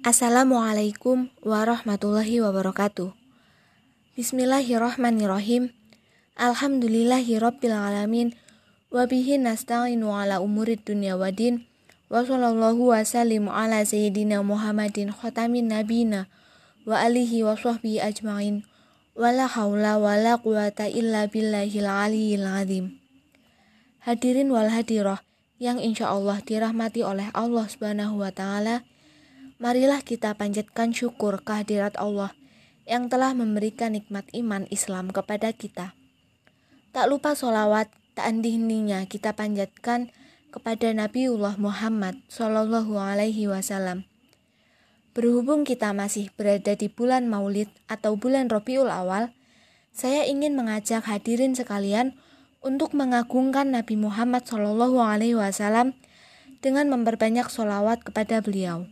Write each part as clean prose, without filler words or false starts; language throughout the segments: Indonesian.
Assalamualaikum warahmatullahi wabarakatuh. Bismillahirrahmanirrahim. Alhamdulillahirabbil alamin. Wa bihi nasta'inu ala umurid dunya waddin. Wa sallallahu wa sallim ala sayyidina Muhammadin khatamin nabiyina wa alihi wa sahbihi ajma'in. Wa la haula wa la quwata illa billahil aliyyil azim. Hadirin wal hadirah yang insyaallah dirahmati oleh Allah Subhanahu wa taala. Marilah kita panjatkan syukur kehadirat Allah yang telah memberikan nikmat iman Islam kepada kita. Tak lupa sholawat tak henti-hentinya kita panjatkan kepada Nabiullah Muhammad Sallallahu Alaihi Wasallam. Berhubung kita masih berada di bulan Maulid atau bulan Rabiul Awal, saya ingin mengajak hadirin sekalian untuk mengagungkan Nabi Muhammad Sallallahu Alaihi Wasallam dengan memperbanyak sholawat kepada beliau.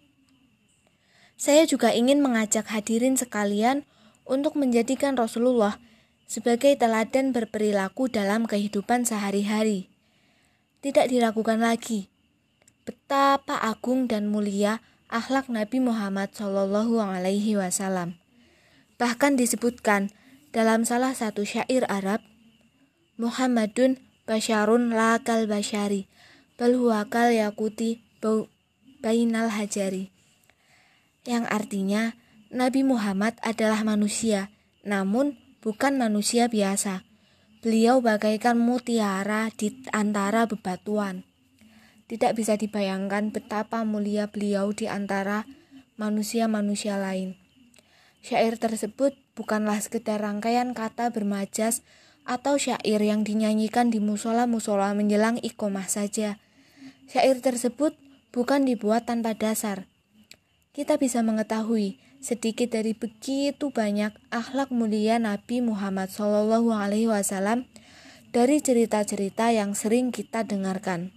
Saya juga ingin mengajak hadirin sekalian untuk menjadikan Rasulullah sebagai teladan berperilaku dalam kehidupan sehari-hari. Tidak diragukan lagi betapa agung dan mulia akhlak Nabi Muhammad Shallallahu Alaihi Wasallam. Bahkan disebutkan dalam salah satu syair Arab, Muhammadun basyarun la kal basyari, bal huwa kal yaquti bainal hajari. Yang artinya, Nabi Muhammad adalah manusia, namun bukan manusia biasa. Beliau bagaikan mutiara di antara bebatuan. Tidak bisa dibayangkan betapa mulia beliau di antara manusia-manusia lain. Syair tersebut bukanlah sekedar rangkaian kata bermajas atau syair yang dinyanyikan di musola-musola menjelang iqomah saja. Syair tersebut bukan dibuat tanpa dasar. Kita bisa mengetahui sedikit dari begitu banyak akhlak mulia Nabi Muhammad Shallallahu Alaihi Wasallam dari cerita-cerita yang sering kita dengarkan.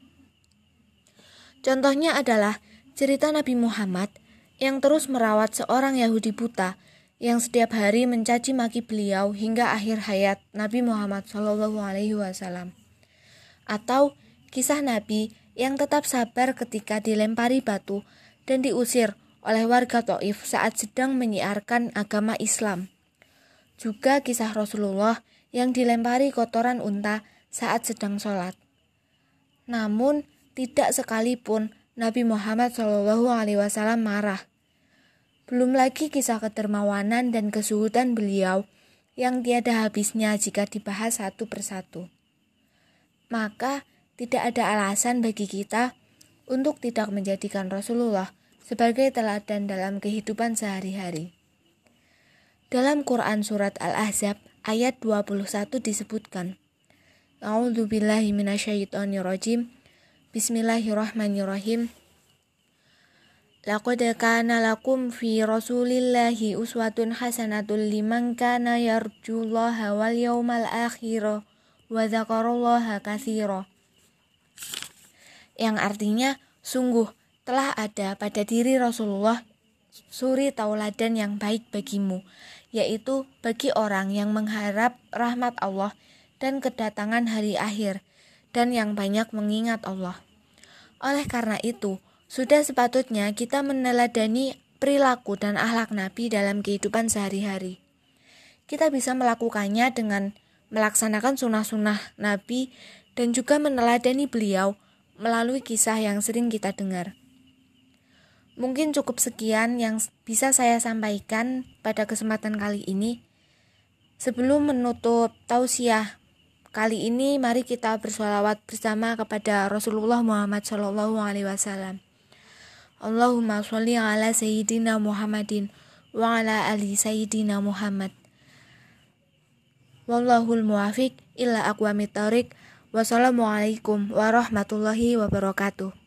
Contohnya adalah cerita Nabi Muhammad yang terus merawat seorang Yahudi buta yang setiap hari mencaci maki beliau hingga akhir hayat Nabi Muhammad Shallallahu Alaihi Wasallam. Atau kisah Nabi yang tetap sabar ketika dilempari batu dan diusir oleh warga Taif saat sedang menyiarkan agama Islam. Juga kisah Rasulullah yang dilempari kotoran unta saat sedang sholat. Namun, tidak sekalipun Nabi Muhammad SAW marah. Belum lagi kisah kedermawanan dan kezuhudan beliau yang tiada habisnya jika dibahas satu persatu. Maka, tidak ada alasan bagi kita untuk tidak menjadikan Rasulullah sebagai teladan dalam kehidupan sehari-hari. Dalam Quran Surat Al-Ahzab ayat 21 disebutkan, A'udzubillahi minasyaitonirrajim, Bismillahirrahmanirrahim. Laqad kana lakum fi Rasulillahi uswatun hasanatun liman kana yarjullaha wal yawmal akhir wa dzakarallaha katsira. Yang artinya, sungguh telah ada pada diri Rasulullah suri tauladan yang baik bagimu, yaitu bagi orang yang mengharap rahmat Allah dan kedatangan hari akhir, dan yang banyak mengingat Allah. Oleh karena itu, sudah sepatutnya kita meneladani perilaku dan akhlak Nabi dalam kehidupan sehari-hari. Kita bisa melakukannya dengan melaksanakan sunnah-sunnah Nabi dan juga meneladani beliau melalui kisah yang sering kita dengar. Mungkin cukup sekian yang bisa saya sampaikan pada kesempatan kali ini. Sebelum menutup tausiah kali ini, mari kita bersolawat bersama kepada Rasulullah Muhammad SAW. Allahumma sholli ala sayyidina Muhammadin wa ala ali sayyidina Muhammad. Wallahul muwafiq ila aqwamit thoriq. Wassalamualaikum warahmatullahi wabarakatuh.